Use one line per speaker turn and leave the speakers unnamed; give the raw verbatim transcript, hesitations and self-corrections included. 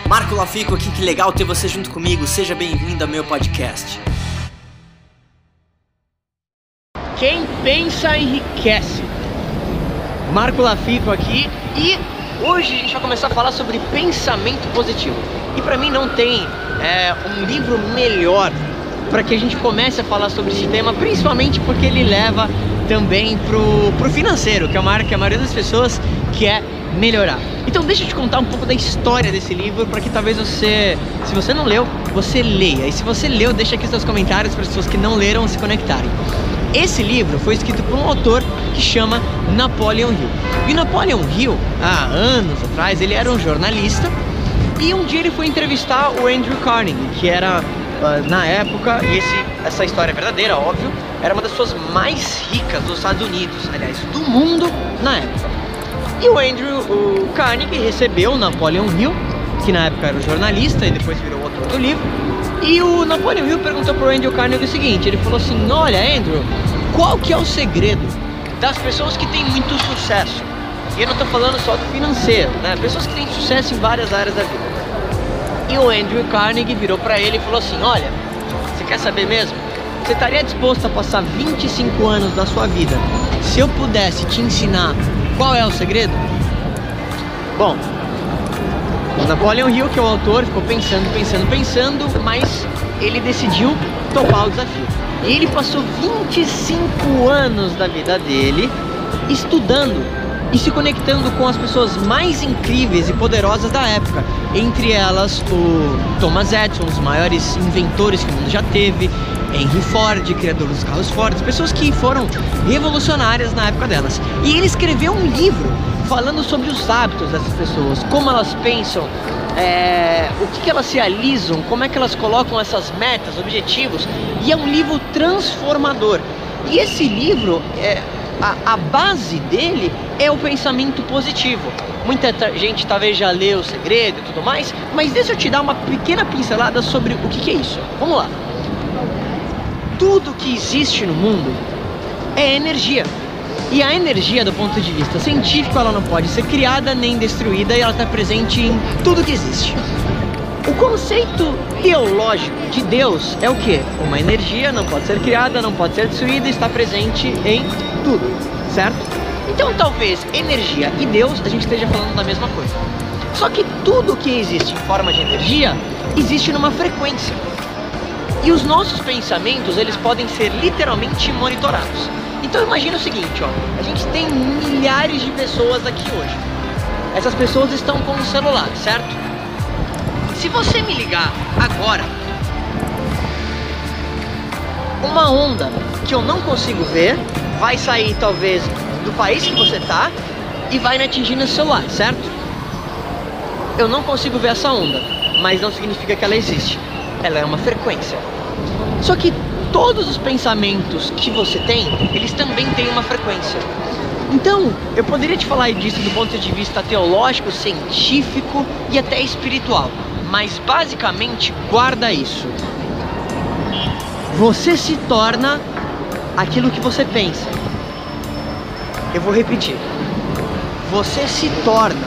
Marco Lafico aqui, que legal ter você junto comigo. Seja bem-vindo ao meu podcast.
Quem pensa enriquece. Marco Lafico aqui e hoje a gente vai começar a falar sobre pensamento positivo. E pra mim não tem é, um livro melhor para que a gente comece a falar sobre esse tema, principalmente porque ele leva também pro, pro financeiro, que é uma área que a maioria das pessoas quer melhorar. Então deixa eu te contar um pouco da história desse livro, para que talvez você, se você não leu, você leia. E se você leu, deixa aqui seus comentários para as pessoas que não leram se conectarem. Esse livro foi escrito por um autor que chama Napoleon Hill. E Napoleon Hill, há anos atrás, ele era um jornalista e um dia ele foi entrevistar o Andrew Carnegie, que era, na época, e esse, essa história é verdadeira, óbvio, era uma das pessoas mais ricas dos Estados Unidos, aliás, do mundo na época. E o Andrew o Carnegie recebeu o Napoleon Hill, que na época era o jornalista e depois virou o autor do livro. E o Napoleon Hill perguntou para o Andrew Carnegie o seguinte, ele falou assim: olha, Andrew, qual que é o segredo das pessoas que têm muito sucesso? E eu não estou falando só do financeiro, né? Pessoas que têm sucesso em várias áreas da vida. E o Andrew Carnegie virou para ele e falou assim: olha, você quer saber mesmo? Você estaria disposto a passar vinte e cinco anos da sua vida se eu pudesse te ensinar qual é o segredo? Bom, o Napoleon Hill, que é o autor, ficou pensando, pensando, pensando, mas ele decidiu topar o desafio. E ele passou vinte e cinco anos da vida dele estudando e se conectando com as pessoas mais incríveis e poderosas da época. Entre elas o Thomas Edison, os maiores inventores que o mundo já teve, Henry Ford, criador dos carros Ford, pessoas que foram revolucionárias na época delas. E ele escreveu um livro falando sobre os hábitos dessas pessoas, como elas pensam, é, o que, que elas se realizam, como é que elas colocam essas metas, objetivos. E é um livro transformador. E esse livro, é, a, a base dele é o pensamento positivo. Muita gente talvez já leu O Segredo e tudo mais, mas deixa eu te dar uma pequena pincelada sobre o que, que é isso. Vamos lá. Tudo que existe no mundo é energia. E a energia, do ponto de vista científico, ela não pode ser criada nem destruída, e ela está presente em tudo que existe. O conceito teológico de Deus é o quê? Uma energia, não pode ser criada, não pode ser destruída, está presente em tudo, certo? Então talvez energia e Deus a gente esteja falando da mesma coisa. Só que tudo que existe em forma de energia existe numa frequência. E os nossos pensamentos, eles podem ser literalmente monitorados. Então imagina o seguinte, ó, a gente tem milhares de pessoas aqui hoje. Essas pessoas estão com o celular, certo? Se você me ligar agora, uma onda que eu não consigo ver vai sair talvez do país que você tá e vai me atingir no celular, certo? Eu não consigo ver essa onda, mas não significa que ela existe. Ela é uma frequência. Só que todos os pensamentos que você tem, eles também têm uma frequência. Então, eu poderia te falar disso do ponto de vista teológico, científico e até espiritual. Mas basicamente, guarda isso. Você se torna aquilo que você pensa. Eu vou repetir. Você se torna